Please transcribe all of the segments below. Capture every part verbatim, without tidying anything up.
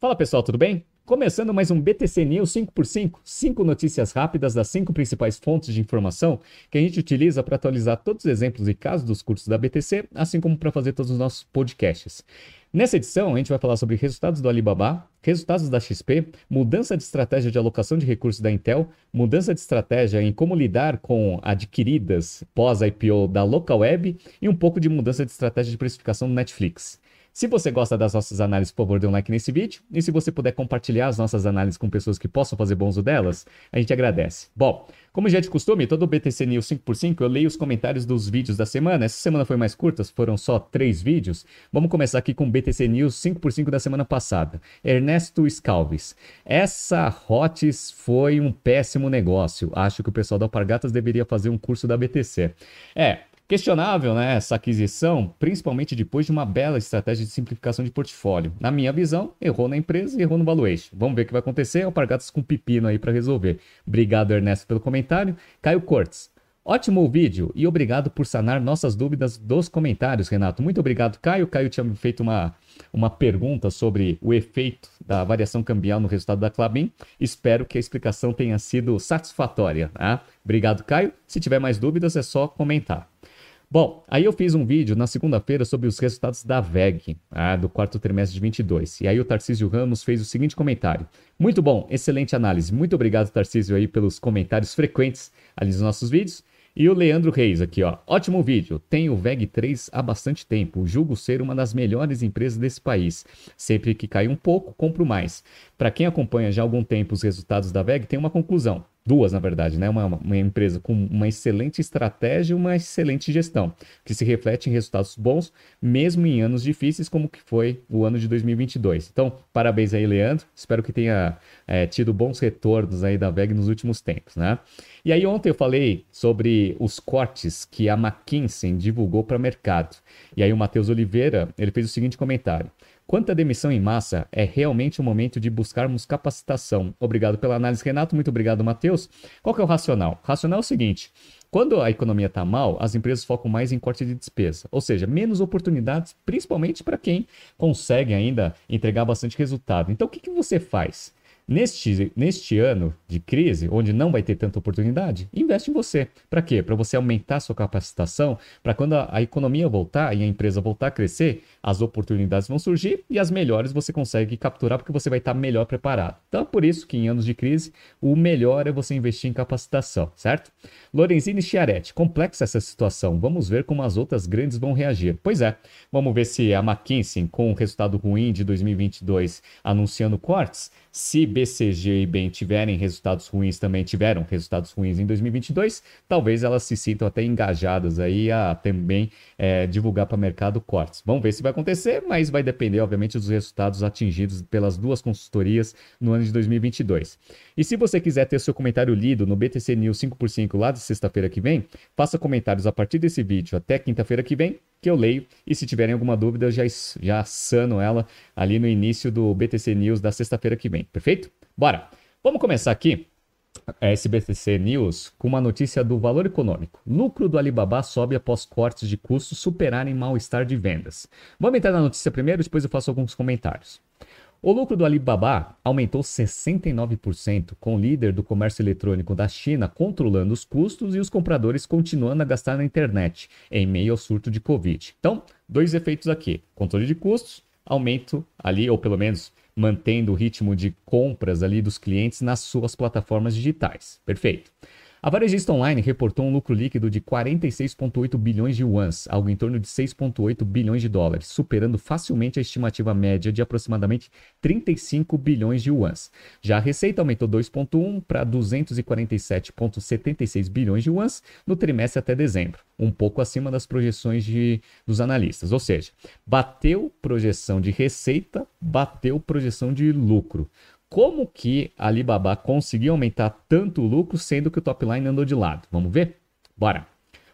Fala pessoal, tudo bem? Começando mais um B T C News cinco por cinco, cinco notícias rápidas das cinco principais fontes de informação que a gente utiliza para atualizar todos os exemplos e casos dos cursos da B T C, assim como para fazer todos os nossos podcasts. Nessa edição, a gente vai falar sobre resultados do Alibaba, resultados da X P, mudança de estratégia de alocação de recursos da Intel, mudança de estratégia em como lidar com adquiridas pós-I P O da Localweb e um pouco de mudança de estratégia de precificação do Netflix. Se você gosta das nossas análises, por favor, dê um like nesse vídeo. E se você puder compartilhar as nossas análises com pessoas que possam fazer bom uso delas, a gente agradece. Bom, como já é de costume, todo o B T C News cinco por cinco eu leio os comentários dos vídeos da semana. Essa semana foi mais curta, foram só três vídeos. Vamos começar aqui com o B T C News cinco por cinco da semana passada. Ernesto Scalves. Essa HOTS foi um péssimo negócio. Acho que o pessoal da Alpargatas deveria fazer um curso da B T C. É... Questionável, né, essa aquisição, principalmente depois de uma bela estratégia de simplificação de portfólio. Na minha visão, errou na empresa e errou no valuation. Vamos ver o que vai acontecer. Alpargatas com pepino aí para resolver. Obrigado, Ernesto, pelo comentário. Caio Cortes. Ótimo vídeo e obrigado por sanar nossas dúvidas dos comentários, Renato. Muito obrigado, Caio. Caio tinha me feito uma, uma pergunta sobre o efeito da variação cambial no resultado da Klabin. Espero que a explicação tenha sido satisfatória, tá? Obrigado, Caio. Se tiver mais dúvidas, é só comentar. Bom, aí eu fiz um vídeo na segunda-feira sobre os resultados da V E G, ah, do quarto trimestre de vinte e dois. E aí o Tarcísio Ramos fez o seguinte comentário. Muito bom, excelente análise. Muito obrigado, Tarcísio, aí pelos comentários frequentes ali nos nossos vídeos. E o Leandro Reis aqui, ó. Ótimo vídeo. Tenho o V E G três há bastante tempo. Julgo ser uma das melhores empresas desse país. Sempre que cai um pouco, compro mais. Para quem acompanha já há algum tempo os resultados da V E G, tem uma conclusão. Duas, na verdade, né? Uma, uma empresa com uma excelente estratégia e uma excelente gestão, que se reflete em resultados bons, mesmo em anos difíceis, como que foi o ano de dois mil e vinte e dois. Então, parabéns aí, Leandro. Espero que tenha é, tido bons retornos aí da V E G nos últimos tempos, né? E aí ontem eu falei sobre os cortes que a McKinsey divulgou para o mercado. E aí o Matheus Oliveira, ele fez o seguinte comentário. Quanto à demissão em massa, é realmente o momento de buscarmos capacitação. Obrigado pela análise, Renato. Muito obrigado, Matheus. Qual que é o racional? O racional é o seguinte. Quando a economia está mal, as empresas focam mais em corte de despesa. Ou seja, menos oportunidades, principalmente para quem consegue ainda entregar bastante resultado. Então, o que, que você faz? Neste, neste ano de crise, onde não vai ter tanta oportunidade, investe em você. Para quê? Para você aumentar a sua capacitação, para quando a, a economia voltar e a empresa voltar a crescer, as oportunidades vão surgir e as melhores você consegue capturar porque você vai estar melhor preparado. Então, é por isso que em anos de crise, o melhor é você investir em capacitação, certo? Lorenzini Chiaretti, complexa essa situação. Vamos ver como as outras grandes vão reagir. Pois é, vamos ver se a McKinsey, com o resultado ruim de dois mil e vinte e dois, anunciando cortes, se B C G e B E M tiverem resultados ruins, também tiveram resultados ruins em dois mil e vinte e dois, talvez elas se sintam até engajadas aí a também é, divulgar para o mercado cortes. Vamos ver se vai acontecer, mas vai depender, obviamente, dos resultados atingidos pelas duas consultorias no ano de dois mil e vinte e dois. E se você quiser ter seu comentário lido no B T C News cinco por cinco lá de sexta-feira que vem, faça comentários a partir desse vídeo até quinta-feira que vem, que eu leio, e se tiverem alguma dúvida, eu já, já sano ela ali no início do B T C News da sexta-feira que vem, perfeito? Bora! Vamos começar aqui esse B T C News com uma notícia do valor econômico. Lucro do Alibaba sobe após cortes de custos superarem mal-estar de vendas. Vamos entrar na notícia primeiro, depois eu faço alguns comentários. O lucro do Alibaba aumentou sessenta e nove por cento, com o líder do comércio eletrônico da China controlando os custos e os compradores continuando a gastar na internet, em meio ao surto de Covid. Então, dois efeitos aqui. Controle de custos, aumento ali, ou pelo menos mantendo o ritmo de compras ali dos clientes nas suas plataformas digitais. Perfeito. A varejista online reportou um lucro líquido de quarenta e seis vírgula oito bilhões de yuans, algo em torno de seis vírgula oito bilhões de dólares, superando facilmente a estimativa média de aproximadamente trinta e cinco bilhões de yuans. Já a receita aumentou dois vírgula um para duzentos e quarenta e sete vírgula setenta e seis bilhões de yuans no trimestre até dezembro, um pouco acima das projeções de, dos analistas. Ou seja, bateu projeção de receita, bateu projeção de lucro. Como que a Alibaba conseguiu aumentar tanto o lucro, sendo que o top line andou de lado? Vamos ver? Bora!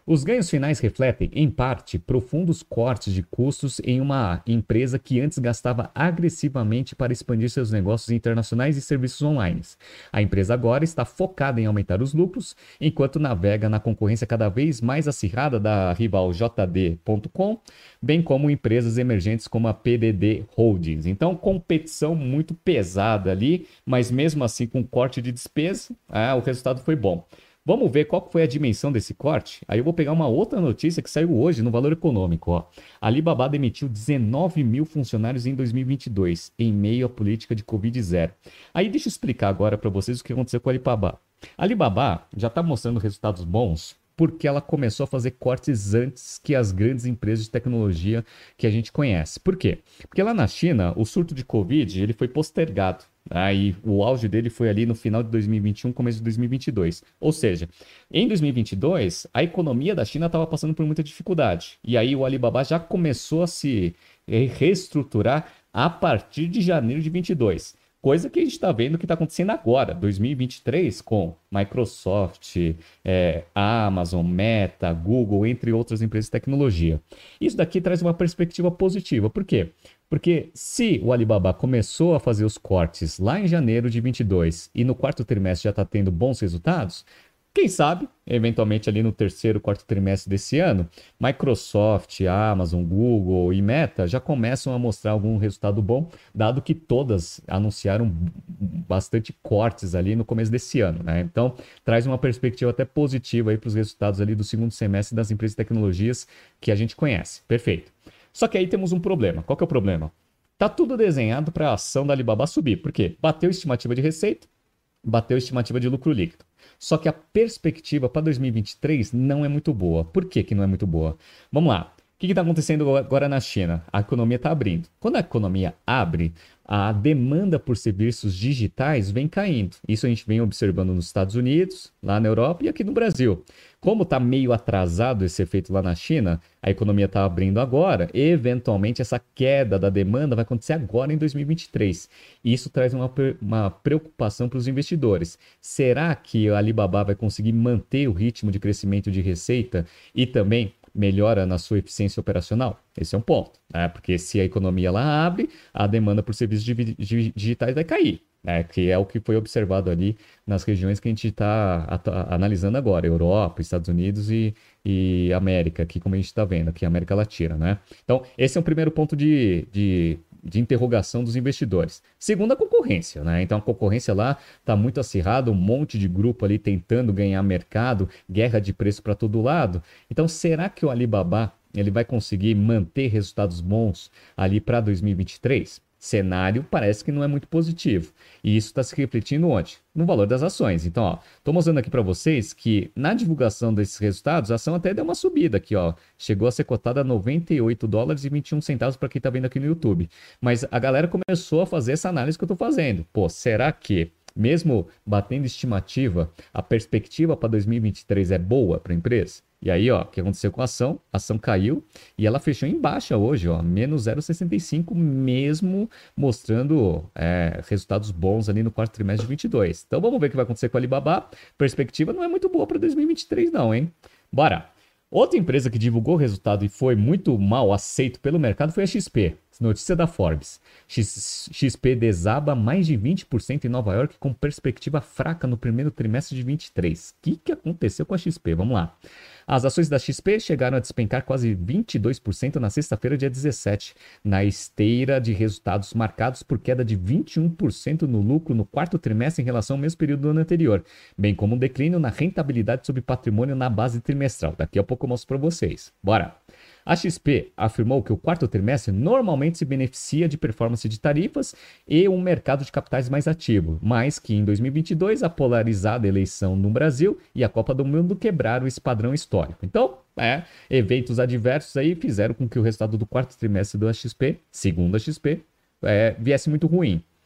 Os ganhos finais refletem, em parte, profundos cortes de custos em uma empresa que antes gastava agressivamente para expandir seus negócios internacionais e serviços online. A empresa agora está focada em aumentar os lucros, enquanto navega na concorrência cada vez mais acirrada da rival J D ponto com, bem como empresas emergentes como a P D D Holdings. Então, competição muito pesada ali, mas mesmo assim com corte de despesa, ah, o resultado foi bom. Vamos ver qual foi a dimensão desse corte? Aí eu vou pegar uma outra notícia que saiu hoje no Valor Econômico. Ó. A Alibaba demitiu dezenove mil funcionários em dois mil e vinte e dois, em meio à política de Covid zero. Aí deixa eu explicar agora para vocês o que aconteceu com a Alibaba. A Alibaba já está mostrando resultados bons porque ela começou a fazer cortes antes que as grandes empresas de tecnologia que a gente conhece. Por quê? Porque lá na China, o surto de Covid ele foi postergado. Aí o auge dele foi ali no final de dois mil e vinte e um, começo de dois mil e vinte e dois. Ou seja, em dois mil e vinte e dois, a economia da China estava passando por muita dificuldade. E aí o Alibaba já começou a se reestruturar a partir de janeiro de vinte e dois. Coisa que a gente está vendo que está acontecendo agora, dois mil e vinte e três, com Microsoft, é, Amazon, Meta, Google, entre outras empresas de tecnologia. Isso daqui traz uma perspectiva positiva. Por quê? Porque se o Alibaba começou a fazer os cortes lá em janeiro de vinte e dois e no quarto trimestre já está tendo bons resultados, quem sabe, eventualmente ali no terceiro, quarto trimestre desse ano, Microsoft, Amazon, Google e Meta já começam a mostrar algum resultado bom, dado que todas anunciaram bastante cortes ali no começo desse ano, né? Então, traz uma perspectiva até positiva aí para os resultados ali do segundo semestre das empresas de tecnologias que a gente conhece. Perfeito. Só que aí temos um problema. Qual que é o problema? Tá tudo desenhado para a ação da Alibaba subir. Por quê? Bateu estimativa de receita, bateu estimativa de lucro líquido. Só que a perspectiva para dois mil e vinte e três não é muito boa. Por que que não é muito boa? Vamos lá. O que está acontecendo agora na China? A economia está abrindo. Quando a economia abre, a demanda por serviços digitais vem caindo. Isso a gente vem observando nos Estados Unidos, lá na Europa e aqui no Brasil. Como está meio atrasado esse efeito lá na China, a economia está abrindo agora, e eventualmente essa queda da demanda vai acontecer agora em dois mil e vinte e três. E isso traz uma, uma preocupação para os investidores. Será que a Alibaba vai conseguir manter o ritmo de crescimento de receita e também melhora na sua eficiência operacional? Esse é um ponto, né? Porque se a economia lá abre, a demanda por serviços digitais vai cair, né? Que é o que foi observado ali nas regiões que a gente está analisando agora, Europa, Estados Unidos e, e América, aqui como a gente está vendo, aqui América Latina, né? Então, esse é o primeiro ponto de, de, de interrogação dos investidores. Segundo, a concorrência, né? Então, a concorrência lá está muito acirrada, um monte de grupo ali tentando ganhar mercado, guerra de preço para todo lado. Então, será que o Alibaba ele vai conseguir manter resultados bons ali para dois mil e vinte e três? Cenário parece que não é muito positivo. E isso está se refletindo onde? No valor das ações. Então, ó, estou mostrando aqui para vocês que na divulgação desses resultados, a ação até deu uma subida aqui, ó. Chegou a ser cotada a noventa e oito dólares e vinte e um centavos para quem está vendo aqui no YouTube. Mas a galera começou a fazer essa análise que eu estou fazendo. Pô, será que, mesmo batendo estimativa, a perspectiva para dois mil e vinte e três é boa para a empresa? E aí, ó, o que aconteceu com a ação? A ação caiu e ela fechou em baixa hoje, ó, menos zero vírgula sessenta e cinco, mesmo mostrando é, resultados bons ali no quarto trimestre de vinte e dois. Então vamos ver o que vai acontecer com a Alibaba. Perspectiva não é muito boa para dois mil e vinte e três não, hein? Bora! Outra empresa que divulgou o resultado e foi muito mal aceito pelo mercado foi a X P. Notícia da Forbes. X, XP desaba mais de vinte por cento em Nova York com perspectiva fraca no primeiro trimestre de vinte e três. O que, que aconteceu com a X P? Vamos lá. As ações da X P chegaram a despencar quase vinte e dois por cento na sexta-feira, dia dezessete, na esteira de resultados marcados por queda de vinte e um por cento no lucro no quarto trimestre em relação ao mesmo período do ano anterior, bem como um declínio na rentabilidade sobre patrimônio na base trimestral. Daqui a pouco eu mostro para vocês. Bora! A X P afirmou que o quarto trimestre normalmente se beneficia de performance de tarifas e um mercado de capitais mais ativo, mas que em dois mil e vinte e dois a polarizada eleição no Brasil e a Copa do Mundo quebraram esse padrão histórico. Então, é, eventos adversos aí fizeram com que o resultado do quarto trimestre da X P, segundo a X P, é, viesse muito ruim.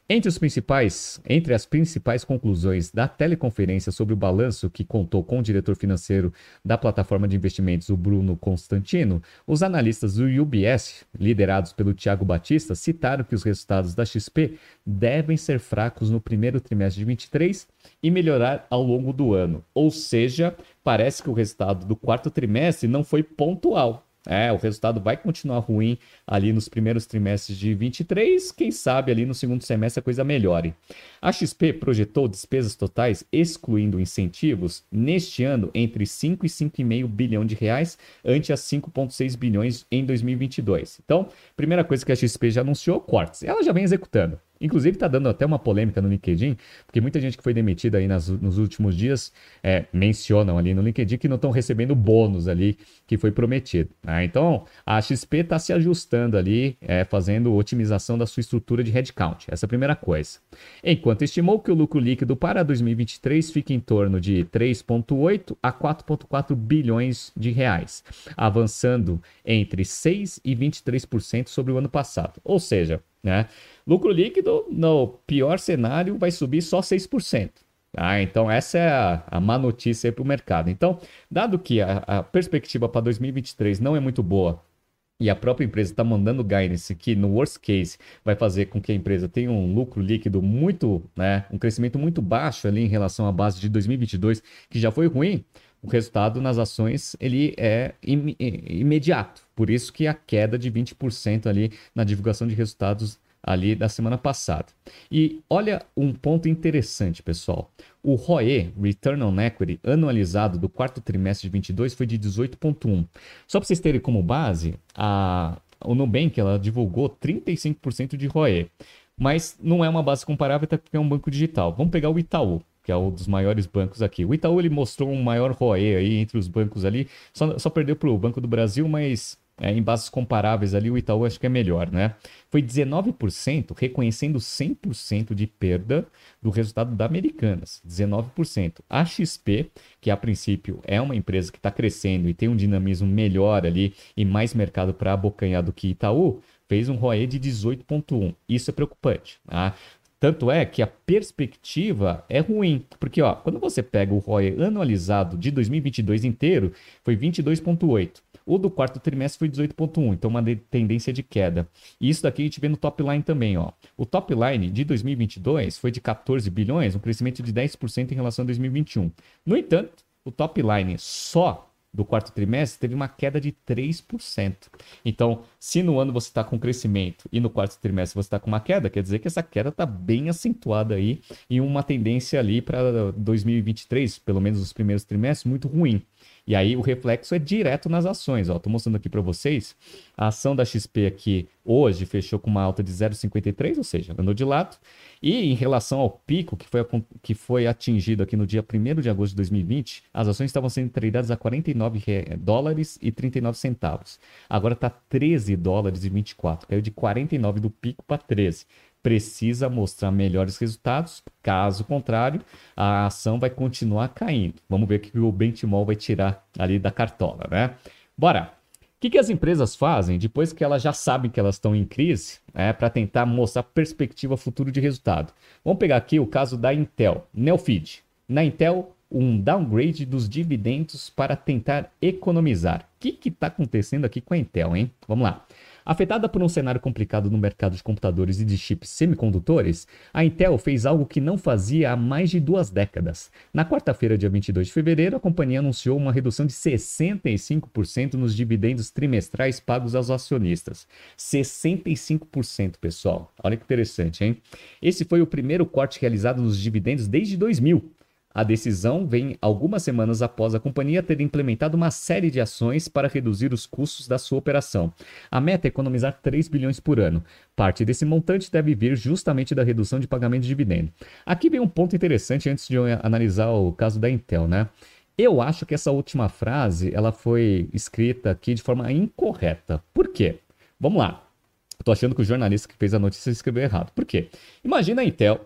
Entre, os principais, entre as principais conclusões da teleconferência sobre o balanço que contou com o diretor financeiro da plataforma de investimentos, o Bruno Constantino, os analistas do U B S, liderados pelo Thiago Batista, citaram que os resultados da X P devem ser fracos no primeiro trimestre de vinte e três e melhorar ao longo do ano. Ou seja, parece que o resultado do quarto trimestre não foi pontual. É, o resultado vai continuar ruim ali nos primeiros trimestres de vinte e três, quem sabe ali no segundo semestre a coisa melhore. A X P projetou despesas totais, excluindo incentivos, neste ano entre cinco e cinco vírgula cinco bilhão de reais, ante as cinco vírgula seis bilhões em dois mil e vinte e dois. Então, primeira coisa que a X P já anunciou, cortes. Ela já vem executando. Inclusive, está dando até uma polêmica no LinkedIn, porque muita gente que foi demitida aí nas, nos últimos dias é, mencionam ali no LinkedIn que não estão recebendo bônus ali que foi prometido. Né? Então, a X P está se ajustando ali, é, fazendo otimização da sua estrutura de headcount. Essa é a primeira coisa. Enquanto estimou que o lucro líquido para dois mil e vinte e três fique em torno de três vírgula oito a quatro vírgula quatro bilhões de reais, avançando entre seis e vinte e três por cento sobre o ano passado. Ou seja, né? Lucro líquido, no pior cenário, vai subir só seis por cento. Ah, então, essa é a, a má notícia para o mercado. Então, dado que a, a perspectiva para dois mil e vinte e três não é muito boa e a própria empresa está mandando guidance que, no worst case, vai fazer com que a empresa tenha um lucro líquido muito, né, um crescimento muito baixo ali em relação à base de dois mil e vinte e dois, que já foi ruim, o resultado nas ações ele é im- imediato. Por isso que a queda de vinte por cento ali na divulgação de resultados ali da semana passada. E olha um ponto interessante, pessoal. O R O E, Return on Equity, anualizado do quarto trimestre de vinte e dois foi de dezoito vírgula um por cento. Só para vocês terem como base, a, o Nubank ela divulgou trinta e cinco por cento de R O E. Mas não é uma base comparável, até porque é um banco digital. Vamos pegar o Itaú, que é um dos maiores bancos aqui. O Itaú ele mostrou um maior R O E aí entre os bancos ali. Só, só perdeu para o Banco do Brasil, mas... É, em bases comparáveis ali, o Itaú acho que é melhor, né? Foi dezenove por cento, reconhecendo cem por cento de perda do resultado da Americanas. dezenove por cento. A X P, que a princípio é uma empresa que está crescendo e tem um dinamismo melhor ali e mais mercado para abocanhar do que Itaú, fez um R O E de dezoito vírgula um por cento. Isso é preocupante, tá? Tanto é que a perspectiva é ruim, porque ó, quando você pega o R O E anualizado de dois mil e vinte e dois inteiro, foi vinte e dois vírgula oito por cento. O do quarto trimestre foi dezoito vírgula um por cento, então uma de- tendência de queda. E isso daqui a gente vê no top line também. Ó. O top line de dois mil e vinte e dois foi de quatorze bilhões, um crescimento de dez por cento em relação a dois mil e vinte e um. No entanto, o top line só do quarto trimestre teve uma queda de três por cento. Então, se no ano você está com crescimento e no quarto trimestre você está com uma queda, quer dizer que essa queda está bem acentuada aí e uma tendência ali para dois mil e vinte e três, pelo menos os primeiros trimestres, muito ruim. E aí o reflexo é direto nas ações. Estou mostrando aqui para vocês. A ação da X P aqui hoje fechou com uma alta de zero vírgula cinquenta e três, ou seja, andou de lado. E em relação ao pico que foi, que foi atingido aqui no dia primeiro de agosto de dois mil e vinte, as ações estavam sendo tradeadas a quarenta e nove dólares e trinta e nove centavos. Agora está treze dólares e vinte e quatro. Caiu de quarenta e nove do pico para treze. Precisa mostrar melhores resultados, caso contrário, a ação vai continuar caindo. Vamos ver o que o Benchimol vai tirar ali da cartola, né? Bora! O que, que as empresas fazem depois que elas já sabem que elas estão em crise, né, para tentar mostrar perspectiva futuro de resultado? Vamos pegar aqui o caso da Intel, Neofeed. Na Intel, um downgrade dos dividendos para tentar economizar. O que está acontecendo aqui com a Intel, hein? Vamos lá. Afetada por um cenário complicado no mercado de computadores e de chips semicondutores, a Intel fez algo que não fazia há mais de duas décadas. Na quarta-feira, dia vinte e dois de fevereiro, a companhia anunciou uma redução de sessenta e cinco por cento nos dividendos trimestrais pagos aos acionistas. sessenta e cinco por cento, pessoal. Olha que interessante, hein? Esse foi o primeiro corte realizado nos dividendos desde dois mil. A decisão vem algumas semanas após a companhia ter implementado uma série de ações para reduzir os custos da sua operação. A meta é economizar três bilhões por ano. Parte desse montante deve vir justamente da redução de pagamento de dividendo. Aqui vem um ponto interessante antes de eu analisar o caso da Intel, né? Eu acho que essa última frase ela foi escrita aqui de forma incorreta. Por quê? Vamos lá. Estou achando que o jornalista que fez a notícia escreveu errado. Por quê? Imagina a Intel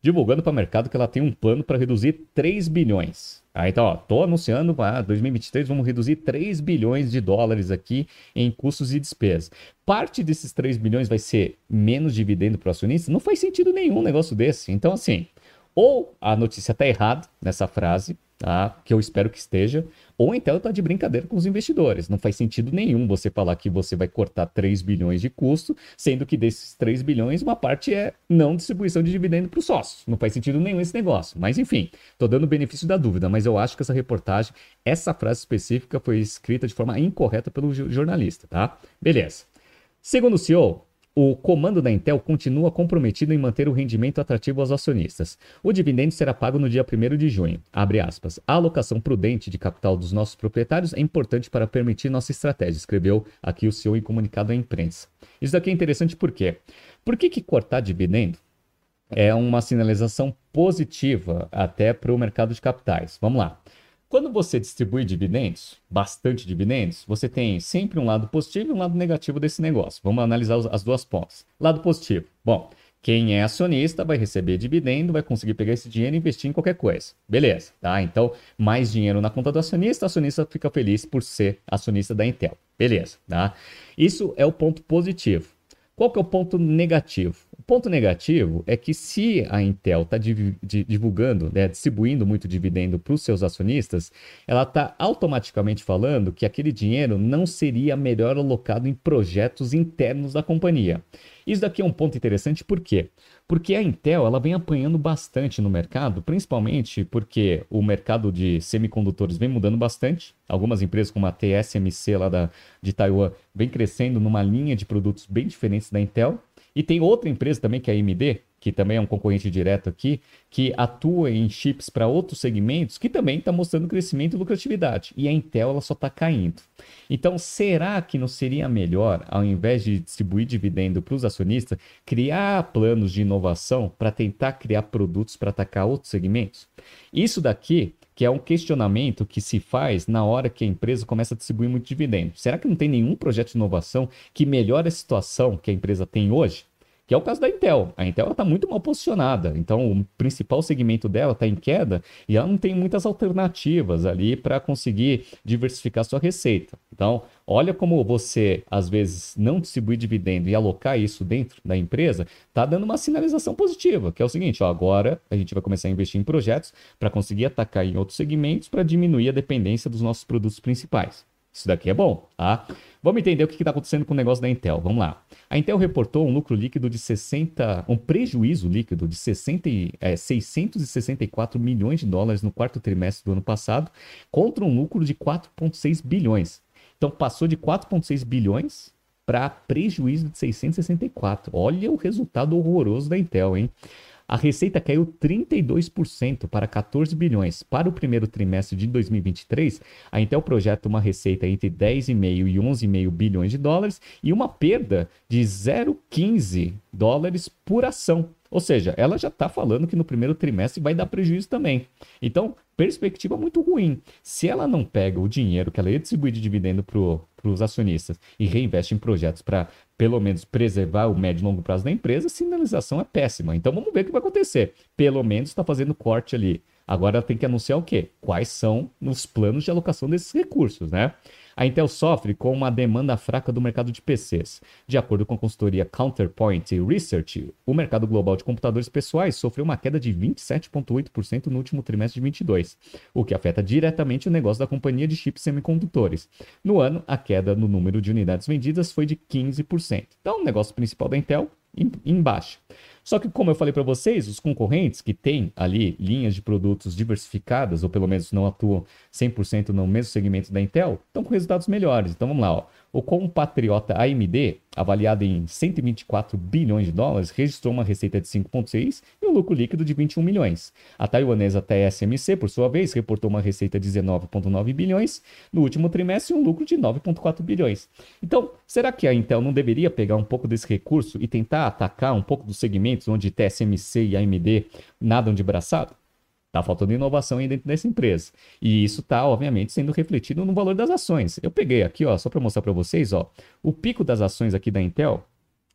divulgando para o mercado que ela tem um plano para reduzir três bilhões. Ah, então, ó, tô anunciando para dois mil e vinte e três, vamos reduzir três bilhões de dólares aqui em custos e despesas. Parte desses três bilhões vai ser menos dividendo para o acionista? Não faz sentido nenhum um negócio desse. Então, assim, ou a notícia está errada nessa frase, tá? Que eu espero que esteja, ou então está de brincadeira com os investidores. Não faz sentido nenhum você falar que você vai cortar três bilhões de custo, sendo que desses três bilhões, uma parte é não distribuição de dividendo para os sócios. Não faz sentido nenhum esse negócio. Mas enfim, estou dando o benefício da dúvida, mas eu acho que essa reportagem, essa frase específica foi escrita de forma incorreta pelo jornalista, tá? Beleza. Segundo o C E O, o comando da Intel continua comprometido em manter o rendimento atrativo aos acionistas. O dividendo será pago no dia primeiro de junho. Abre aspas. A alocação prudente de capital dos nossos proprietários é importante para permitir nossa estratégia, escreveu aqui o C E O em comunicado à imprensa. Isso daqui é interessante por quê? Por que que cortar dividendo é uma sinalização positiva até para o mercado de capitais? Vamos lá. Quando você distribui dividendos, bastante dividendos, você tem sempre um lado positivo e um lado negativo desse negócio. Vamos analisar as duas pontas. Lado positivo. Bom, quem é acionista vai receber dividendo, vai conseguir pegar esse dinheiro e investir em qualquer coisa. Beleza, tá? Então, mais dinheiro na conta do acionista, o acionista fica feliz por ser acionista da Intel. Beleza, tá? Isso é o ponto positivo. Qual que é o ponto negativo? O ponto negativo é que se a Intel está divulgando, né, distribuindo muito dividendo para os seus acionistas, ela está automaticamente falando que aquele dinheiro não seria melhor alocado em projetos internos da companhia. Isso daqui é um ponto interessante, por quê? Porque a Intel ela vem apanhando bastante no mercado, principalmente porque o mercado de semicondutores vem mudando bastante. Algumas empresas como a T S M C lá da, de Taiwan vem crescendo numa linha de produtos bem diferentes da Intel. E tem outra empresa também, que é a A M D, que também é um concorrente direto aqui, que atua em chips para outros segmentos, que também está mostrando crescimento e lucratividade. E a Intel ela só está caindo. Então, será que não seria melhor, ao invés de distribuir dividendo para os acionistas, criar planos de inovação para tentar criar produtos para atacar outros segmentos? Isso daqui que é um questionamento que se faz na hora que a empresa começa a distribuir muito dividendo. Será que não tem nenhum projeto de inovação que melhore a situação que a empresa tem hoje? Que é o caso da Intel. A Intel está muito mal posicionada, então o principal segmento dela está em queda e ela não tem muitas alternativas ali para conseguir diversificar sua receita. Então, olha como você, às vezes, não distribuir dividendo e alocar isso dentro da empresa, está dando uma sinalização positiva, que é o seguinte, ó, agora a gente vai começar a investir em projetos para conseguir atacar em outros segmentos para diminuir a dependência dos nossos produtos principais. Isso daqui é bom, tá? Vamos entender o que está acontecendo com o negócio da Intel. Vamos lá. A Intel reportou um lucro líquido de sessenta, um prejuízo líquido de sessenta, é, seiscentos e sessenta e quatro milhões de dólares no quarto trimestre do ano passado, contra um lucro de quatro vírgula seis bilhões. Então passou de quatro vírgula seis bilhões para prejuízo de seiscentos e sessenta e quatro. Olha o resultado horroroso da Intel, hein? A receita caiu trinta e dois por cento para quatorze bilhões. Para o primeiro trimestre de dois mil e vinte e três, a Intel projeta uma receita entre dez vírgula cinco e onze vírgula cinco bilhões de dólares e uma perda de zero vírgula quinze dólares por ação. Ou seja, ela já está falando que no primeiro trimestre vai dar prejuízo também. Então, perspectiva muito ruim. Se ela não pega o dinheiro que ela ia distribuir de dividendo para os acionistas e reinveste em projetos para, pelo menos, preservar o médio e longo prazo da empresa, a sinalização é péssima. Então, vamos ver o que vai acontecer. Pelo menos está fazendo corte ali. Agora ela tem que anunciar o quê? Quais são os planos de alocação desses recursos, né? A Intel sofre com uma demanda fraca do mercado de P Cs. De acordo com a consultoria Counterpoint Research, o mercado global de computadores pessoais sofreu uma queda de vinte e sete vírgula oito por cento no último trimestre de vinte e dois, o que afeta diretamente o negócio da companhia de chips semicondutores. No ano, a queda no número de unidades vendidas foi de quinze por cento. Então, o negócio principal da Intel em, em baixa. Só que, como eu falei para vocês, os concorrentes que têm ali linhas de produtos diversificadas, ou pelo menos não atuam cem por cento no mesmo segmento da Intel, estão com resultados melhores. Então vamos lá, ó. O compatriota A M D, avaliado em cento e vinte e quatro bilhões de dólares, registrou uma receita de cinco vírgula seis e um lucro líquido de vinte e um milhões. A taiwanesa T S M C, por sua vez, reportou uma receita de dezenove vírgula nove bilhões no último trimestre e um lucro de nove vírgula quatro bilhões. Então, será que a Intel não deveria pegar um pouco desse recurso e tentar atacar um pouco dos segmentos onde T S M C e A M D nadam de braçada? Está faltando inovação aí dentro dessa empresa. E isso está, obviamente, sendo refletido no valor das ações. Eu peguei aqui, ó, só para mostrar para vocês, ó, o pico das ações aqui da Intel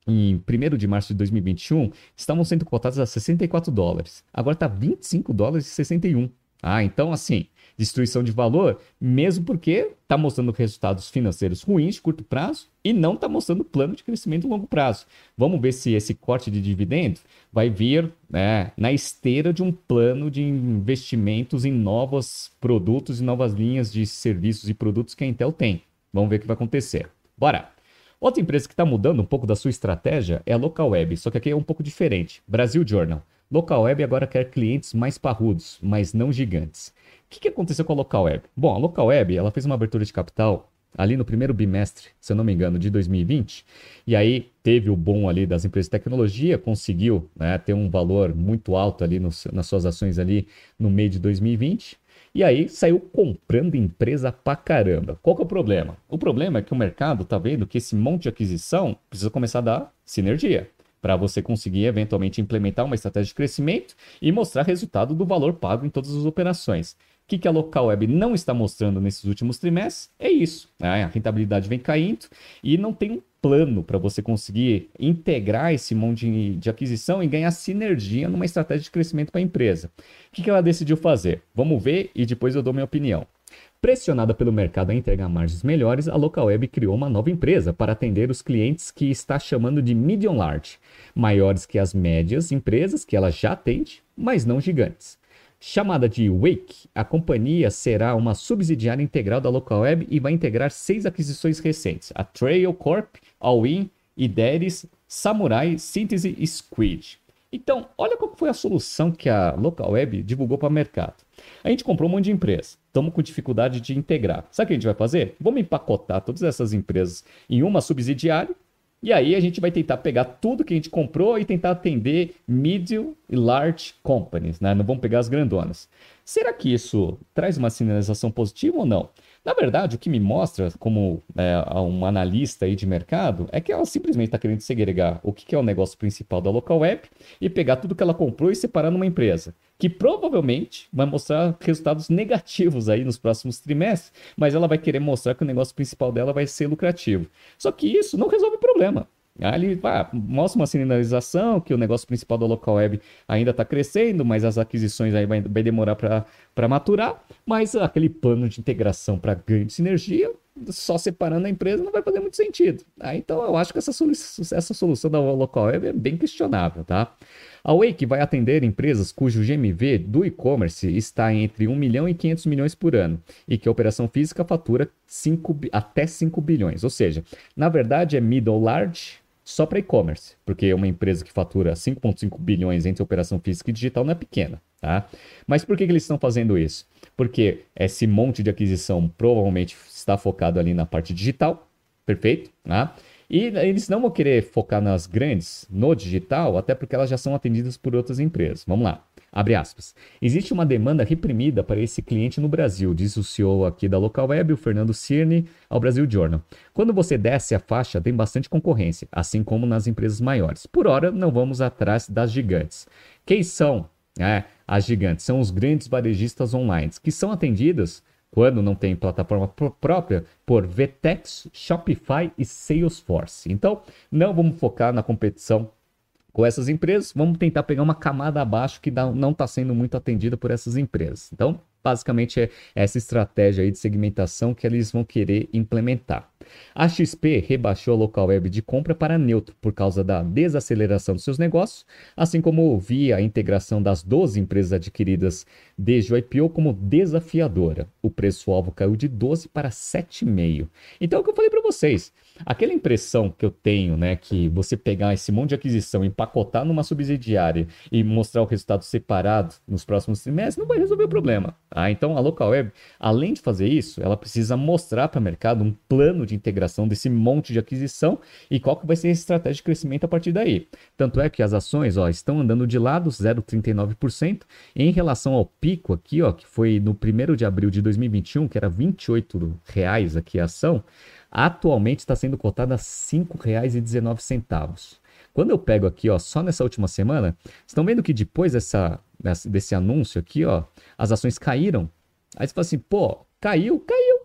em primeiro de março de dois mil e vinte e um, estavam sendo cotadas a sessenta e quatro dólares. Agora está vinte e cinco dólares e sessenta e um. Ah, então assim, destruição de valor, mesmo porque está mostrando resultados financeiros ruins de curto prazo e não está mostrando plano de crescimento de longo prazo. Vamos ver se esse corte de dividendo vai vir, né, na esteira de um plano de investimentos em novos produtos e novas linhas de serviços e produtos que a Intel tem. Vamos ver o que vai acontecer. Bora! Outra empresa que está mudando um pouco da sua estratégia é a Localweb, só que aqui é um pouco diferente. Brasil Journal. Localweb agora quer clientes mais parrudos, mas não gigantes. O que, que aconteceu com a Localweb? Bom, a Localweb ela fez uma abertura de capital ali no primeiro bimestre, se eu não me engano, de dois mil e vinte. E aí teve o boom ali das empresas de tecnologia, conseguiu, né, ter um valor muito alto ali no, nas suas ações ali no meio de dois mil e vinte. E aí saiu comprando empresa pra caramba. Qual que é o problema? O problema é que o mercado tá vendo que esse monte de aquisição precisa começar a dar sinergia para você conseguir eventualmente implementar uma estratégia de crescimento e mostrar resultado do valor pago em todas as operações. O que, que a Localweb não está mostrando nesses últimos trimestres? É isso. Né? A rentabilidade vem caindo e não tem um plano para você conseguir integrar esse monte de, de aquisição e ganhar sinergia numa estratégia de crescimento para a empresa. O que, que ela decidiu fazer? Vamos ver e depois eu dou minha opinião. Pressionada pelo mercado a entregar margens melhores, a Localweb criou uma nova empresa para atender os clientes que está chamando de medium large, maiores que as médias empresas que ela já atende, mas não gigantes. Chamada de Wake, a companhia será uma subsidiária integral da Localweb e vai integrar seis aquisições recentes: a Trail Corp, All-in, Ideris, Samurai, Synthese e Squid. Então, olha qual foi a solução que a Localweb divulgou para o mercado. A gente comprou um monte de empresas, estamos com dificuldade de integrar. Sabe o que a gente vai fazer? Vamos empacotar todas essas empresas em uma subsidiária e aí a gente vai tentar pegar tudo que a gente comprou e tentar atender medium e large companies, né? Não vamos pegar as grandonas. Será que isso traz uma sinalização positiva ou não? Na verdade, o que me mostra como é, um analista aí de mercado é que ela simplesmente está querendo segregar o que é o negócio principal da Localweb e pegar tudo que ela comprou e separar numa empresa, que provavelmente vai mostrar resultados negativos aí nos próximos trimestres, mas ela vai querer mostrar que o negócio principal dela vai ser lucrativo. Só que isso não resolve o problema. Aí ele ah, mostra uma sinalização que o negócio principal da Localweb ainda está crescendo, mas as aquisições aí vai, vai demorar para maturar, mas aquele plano de integração para ganho de sinergia, só separando a empresa não vai fazer muito sentido. Ah, então eu acho que essa, solu essa solução da Localweb é bem questionável, tá? A Wake vai atender empresas cujo G M V do e-commerce está entre um milhão e quinhentos milhões por ano e que a operação física fatura cinco, até cinco bilhões. Ou seja, na verdade é middle large só para e-commerce, porque uma empresa que fatura cinco vírgula cinco bilhões entre operação física e digital não é pequena, tá? Mas por que, que eles estão fazendo isso? Porque esse monte de aquisição provavelmente está focado ali na parte digital, perfeito? Tá? E eles não vão querer focar nas grandes no digital, até porque elas já são atendidas por outras empresas. Vamos lá. Abre aspas. Existe uma demanda reprimida para esse cliente no Brasil, diz o C E O aqui da Localweb, o Fernando Cirne, ao Brasil Journal. Quando você desce a faixa, tem bastante concorrência, assim como nas empresas maiores. Por hora, não vamos atrás das gigantes. Quem são é, as gigantes? São os grandes varejistas online, que são atendidas, quando não tem plataforma própria, por Vtex, Shopify e Salesforce. Então, não vamos focar na competição com essas empresas, vamos tentar pegar uma camada abaixo que não está sendo muito atendida por essas empresas. Então, basicamente é essa estratégia aí de segmentação que eles vão querer implementar. A X P rebaixou a Localweb de compra para neutro por causa da desaceleração dos seus negócios, assim como via a integração das doze empresas adquiridas desde o I P O como desafiadora. O preço-alvo caiu de doze para sete vírgula cinco. Então, é o que eu falei para vocês. Aquela impressão que eu tenho, né, que você pegar esse monte de aquisição, empacotar numa subsidiária e mostrar o resultado separado nos próximos trimestres, não vai resolver o problema. Tá? Então, a Localweb, além de fazer isso, ela precisa mostrar para o mercado um plano de integração desse monte de aquisição e qual que vai ser a estratégia de crescimento a partir daí. Tanto é que as ações ó, estão andando de lado, zero vírgula trinta e nove por cento, em relação ao pico aqui, ó, que foi no primeiro de abril de dois mil e vinte e um, que era vinte e oito reais aqui a ação, atualmente está sendo cotada a cinco reais e dezenove centavos. Quando eu pego aqui, ó, só nessa última semana, estão vendo que depois dessa, desse anúncio aqui, ó, as ações caíram. Aí você fala assim, pô, caiu, caiu.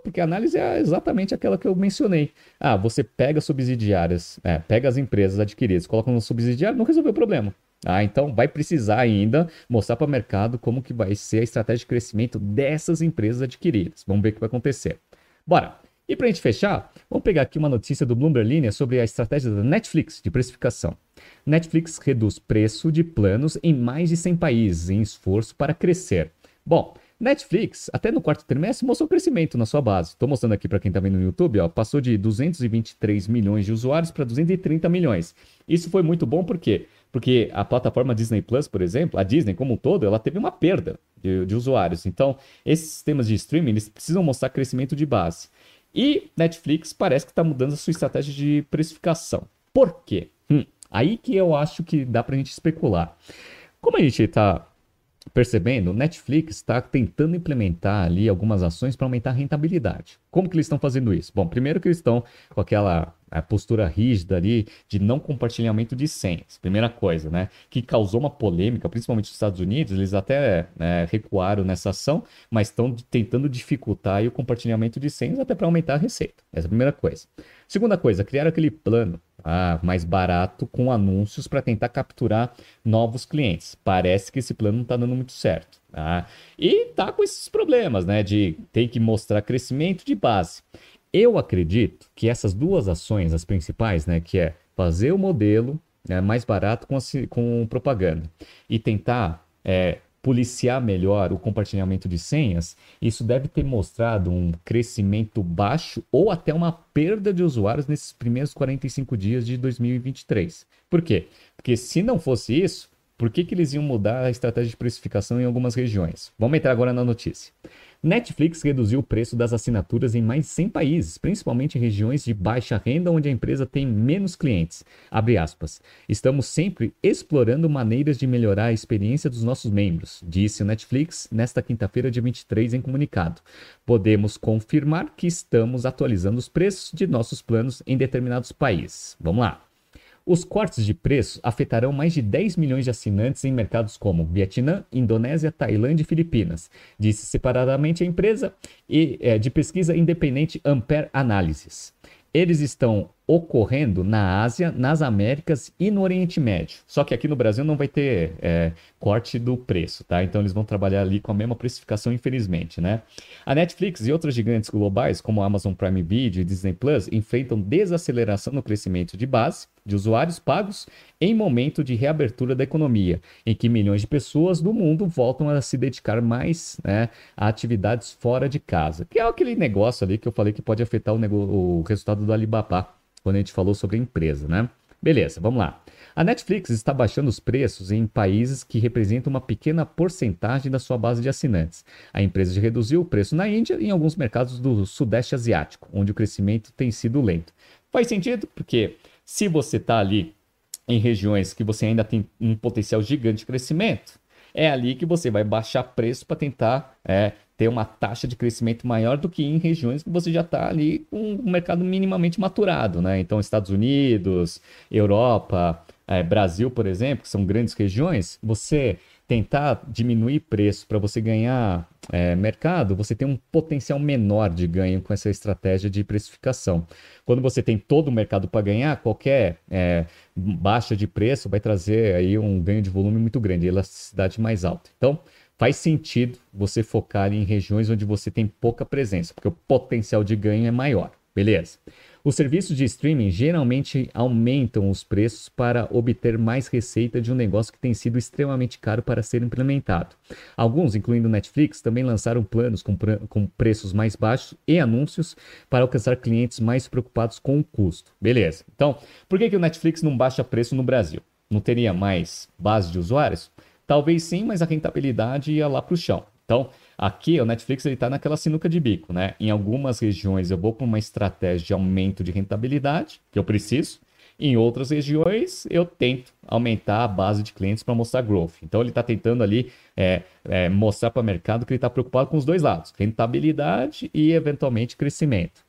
porque a análise é exatamente aquela que eu mencionei. Ah, você pega subsidiárias, é, pega as empresas adquiridas, coloca no subsidiário, não resolveu o problema. Ah, então vai precisar ainda mostrar para o mercado como que vai ser a estratégia de crescimento dessas empresas adquiridas. Vamos ver o que vai acontecer. Bora! E para a gente fechar, vamos pegar aqui uma notícia do Bloomberg Linha sobre a estratégia da Netflix de precificação. Netflix reduz preço de planos em mais de cem países em esforço para crescer. Bom, Netflix, até no quarto trimestre, mostrou crescimento na sua base. Estou mostrando aqui para quem está vendo no YouTube, ó, passou de duzentos e vinte e três milhões de usuários para duzentos e trinta milhões. Isso foi muito bom por quê? Porque a plataforma Disney Plus, por exemplo, a Disney como um todo, ela teve uma perda de, de usuários. Então, esses sistemas de streaming, eles precisam mostrar crescimento de base. E Netflix parece que está mudando a sua estratégia de precificação. Por quê? Hum, aí que eu acho que dá para a gente especular. Como a gente está percebendo, Netflix está tentando implementar ali algumas ações para aumentar a rentabilidade. Como que eles estão fazendo isso? Bom, primeiro que eles estão com aquela a postura rígida ali de não compartilhamento de senhas. Primeira coisa, né? Que causou uma polêmica, principalmente nos Estados Unidos. Eles até né, recuaram nessa ação, mas estão tentando dificultar aí o compartilhamento de senhas até para aumentar a receita. Essa é a primeira coisa. Segunda coisa, criar aquele plano ah, mais barato com anúncios para tentar capturar novos clientes. Parece que esse plano não está dando muito certo. Tá? E tá com esses problemas, né? De ter que mostrar crescimento de base. Eu acredito que essas duas ações, as principais, né, que é fazer o modelo né, mais barato com, a, com propaganda e tentar é, policiar melhor o compartilhamento de senhas, isso deve ter mostrado um crescimento baixo ou até uma perda de usuários nesses primeiros quarenta e cinco dias de dois mil e vinte e três. Por quê? Porque se não fosse isso, por que, que eles iam mudar a estratégia de precificação em algumas regiões? Vamos entrar agora na notícia. Netflix reduziu o preço das assinaturas em mais de cem países, principalmente em regiões de baixa renda onde a empresa tem menos clientes. Abre aspas. Estamos sempre explorando maneiras de melhorar a experiência dos nossos membros, disse o Netflix nesta quinta-feira, dia vinte e três, em comunicado. Podemos confirmar que estamos atualizando os preços de nossos planos em determinados países. Vamos lá. Os cortes de preço afetarão mais de dez milhões de assinantes em mercados como Vietnã, Indonésia, Tailândia e Filipinas, disse separadamente a empresa e, é, de pesquisa independente Ampere Analysis. Eles estão ocorrendo na Ásia, nas Américas e no Oriente Médio. Só que aqui no Brasil não vai ter é, corte do preço, tá? Então eles vão trabalhar ali com a mesma precificação, infelizmente, né? A Netflix e outras gigantes globais, como a Amazon Prime Video e Disney Plus, enfrentam desaceleração no crescimento de base de usuários pagos em momento de reabertura da economia, em que milhões de pessoas do mundo voltam a se dedicar mais né, a atividades fora de casa. Que é aquele negócio ali que eu falei que pode afetar o, o resultado do Alibaba, quando a gente falou sobre a empresa, né? Beleza, vamos lá. A Netflix está baixando os preços em países que representam uma pequena porcentagem da sua base de assinantes. A empresa reduziu o preço na Índia e em alguns mercados do Sudeste Asiático, onde o crescimento tem sido lento. Faz sentido? Porque se você está ali em regiões que você ainda tem um potencial gigante de crescimento, é ali que você vai baixar preço para tentar é, ter uma taxa de crescimento maior do que em regiões que você já está ali com um mercado minimamente maturado, né? Então, Estados Unidos, Europa, é, Brasil, por exemplo, que são grandes regiões, você tentar diminuir preço para você ganhar é, mercado, você tem um potencial menor de ganho com essa estratégia de precificação. Quando você tem todo o mercado para ganhar, qualquer é, baixa de preço vai trazer aí um ganho de volume muito grande, elasticidade mais alta. Então, faz sentido você focar em regiões onde você tem pouca presença, porque o potencial de ganho é maior. Beleza? Os serviços de streaming geralmente aumentam os preços para obter mais receita de um negócio que tem sido extremamente caro para ser implementado. Alguns, incluindo o Netflix, também lançaram planos com, com preços mais baixos e anúncios para alcançar clientes mais preocupados com o custo. Beleza. Então, por que, que o Netflix não baixa preço no Brasil? Não teria mais base de usuários? Talvez sim, mas a rentabilidade ia lá para o chão. Então, aqui o Netflix está naquela sinuca de bico, né? Em algumas regiões eu vou para uma estratégia de aumento de rentabilidade, que eu preciso. Em outras regiões eu tento aumentar a base de clientes para mostrar growth. Então ele está tentando ali é, é, mostrar para o mercado que ele está preocupado com os dois lados, rentabilidade e eventualmente crescimento.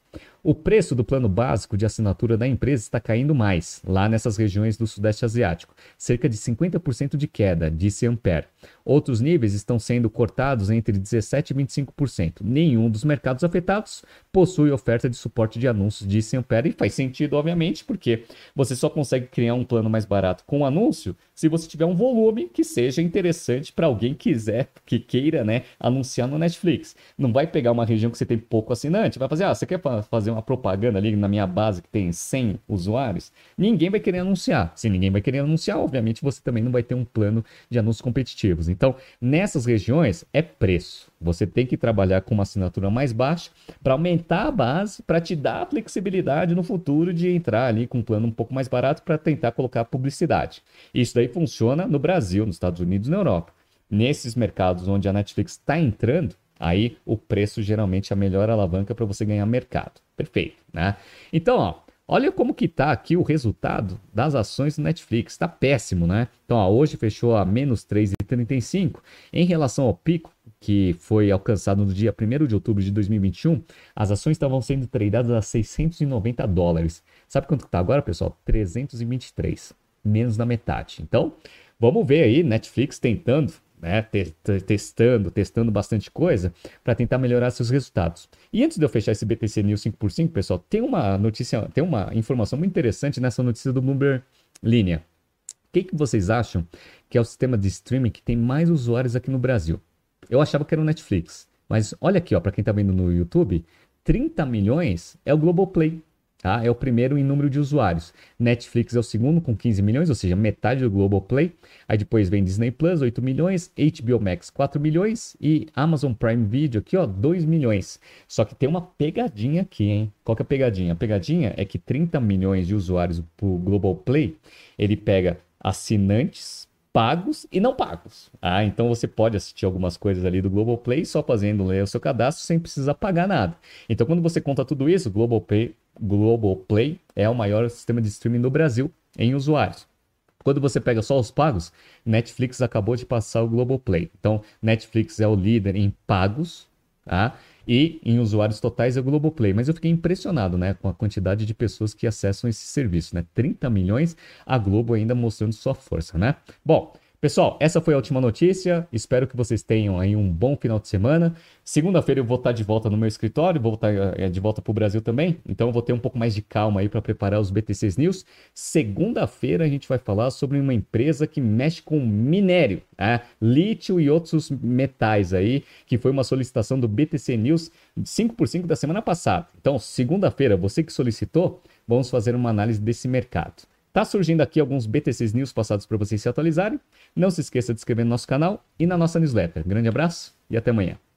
O preço do plano básico de assinatura da empresa está caindo mais, lá nessas regiões do Sudeste Asiático, cerca de cinquenta por cento de queda, disse Ampere. Outros níveis estão sendo cortados entre dezessete e vinte e cinco por cento. Nenhum dos mercados afetados possui oferta de suporte de anúncios, disse Ampere, e faz sentido, obviamente, porque você só consegue criar um plano mais barato com anúncio se você tiver um volume que seja interessante para alguém que quiser, que queira, né, anunciar no Netflix. Não vai pegar uma região que você tem pouco assinante, vai fazer, ah, você quer fazer uma propaganda ali na minha base que tem cem usuários? Ninguém vai querer anunciar. Se ninguém vai querer anunciar, obviamente você também não vai ter um plano de anúncios competitivos. Então, nessas regiões é preço. Você tem que trabalhar com uma assinatura mais baixa para aumentar a base, para te dar a flexibilidade no futuro de entrar ali com um plano um pouco mais barato para tentar colocar publicidade. Isso daí funciona no Brasil, nos Estados Unidos e na Europa. Nesses mercados onde a Netflix está entrando, aí o preço geralmente é a melhor alavanca para você ganhar mercado. Perfeito, né? Então, ó, olha como que tá aqui o resultado das ações do Netflix. Está péssimo, né? Então, ó, hoje fechou a menos três vírgula trinta e cinco. Em relação ao pico, que foi alcançado no dia primeiro de outubro de dois mil e vinte e um, as ações estavam sendo tradeadas a seiscentos e noventa dólares. Sabe quanto que tá agora, pessoal? trezentos e vinte e três. Menos da metade. Então, vamos ver aí, Netflix tentando, né, te- te- testando, testando bastante coisa para tentar melhorar seus resultados. E antes de eu fechar esse B T C News cinco por cinco, pessoal, tem uma notícia, tem uma informação muito interessante nessa notícia do Bloomberg Linha. O que, que vocês acham que é o sistema de streaming que tem mais usuários aqui no Brasil? Eu achava que era o Netflix, mas olha aqui, ó, para quem está vendo no YouTube, trinta milhões é o Globoplay. Tá? É o primeiro em número de usuários. Netflix é o segundo com quinze milhões, ou seja, metade do Globoplay. Aí depois vem Disney Plus, oito milhões, H B O Max, quatro milhões e Amazon Prime Video aqui, ó, dois milhões. Só que tem uma pegadinha aqui, hein? Qual que é a pegadinha? A pegadinha é que trinta milhões de usuários pro Globoplay, ele pega assinantes pagos e não pagos. Ah, então você pode assistir algumas coisas ali do Globoplay só fazendo ler o seu cadastro sem precisar pagar nada. Então quando você conta tudo isso, o Globoplay, Globoplay é o maior sistema de streaming do Brasil em usuários. Quando você pega só os pagos, Netflix acabou de passar o Globoplay. Então, Netflix é o líder em pagos, tá? E em usuários totais é o Globoplay. Mas eu fiquei impressionado, né, com a quantidade de pessoas que acessam esse serviço, né? trinta milhões, a Globo ainda mostrando sua força, né? Bom, pessoal, essa foi a última notícia. Espero que vocês tenham aí um bom final de semana. Segunda-feira eu vou estar de volta no meu escritório, vou estar é, de volta para o Brasil também. Então eu vou ter um pouco mais de calma aí para preparar os B T Cs News. Segunda-feira a gente vai falar sobre uma empresa que mexe com minério, né? Lítio e outros metais aí, que foi uma solicitação do B T C News cinco por cinco da semana passada. Então, segunda-feira, você que solicitou, vamos fazer uma análise desse mercado. Tá surgindo aqui alguns B T Cs News passados para vocês se atualizarem. Não se esqueça de se inscrever no nosso canal e na nossa newsletter. Grande abraço e até amanhã.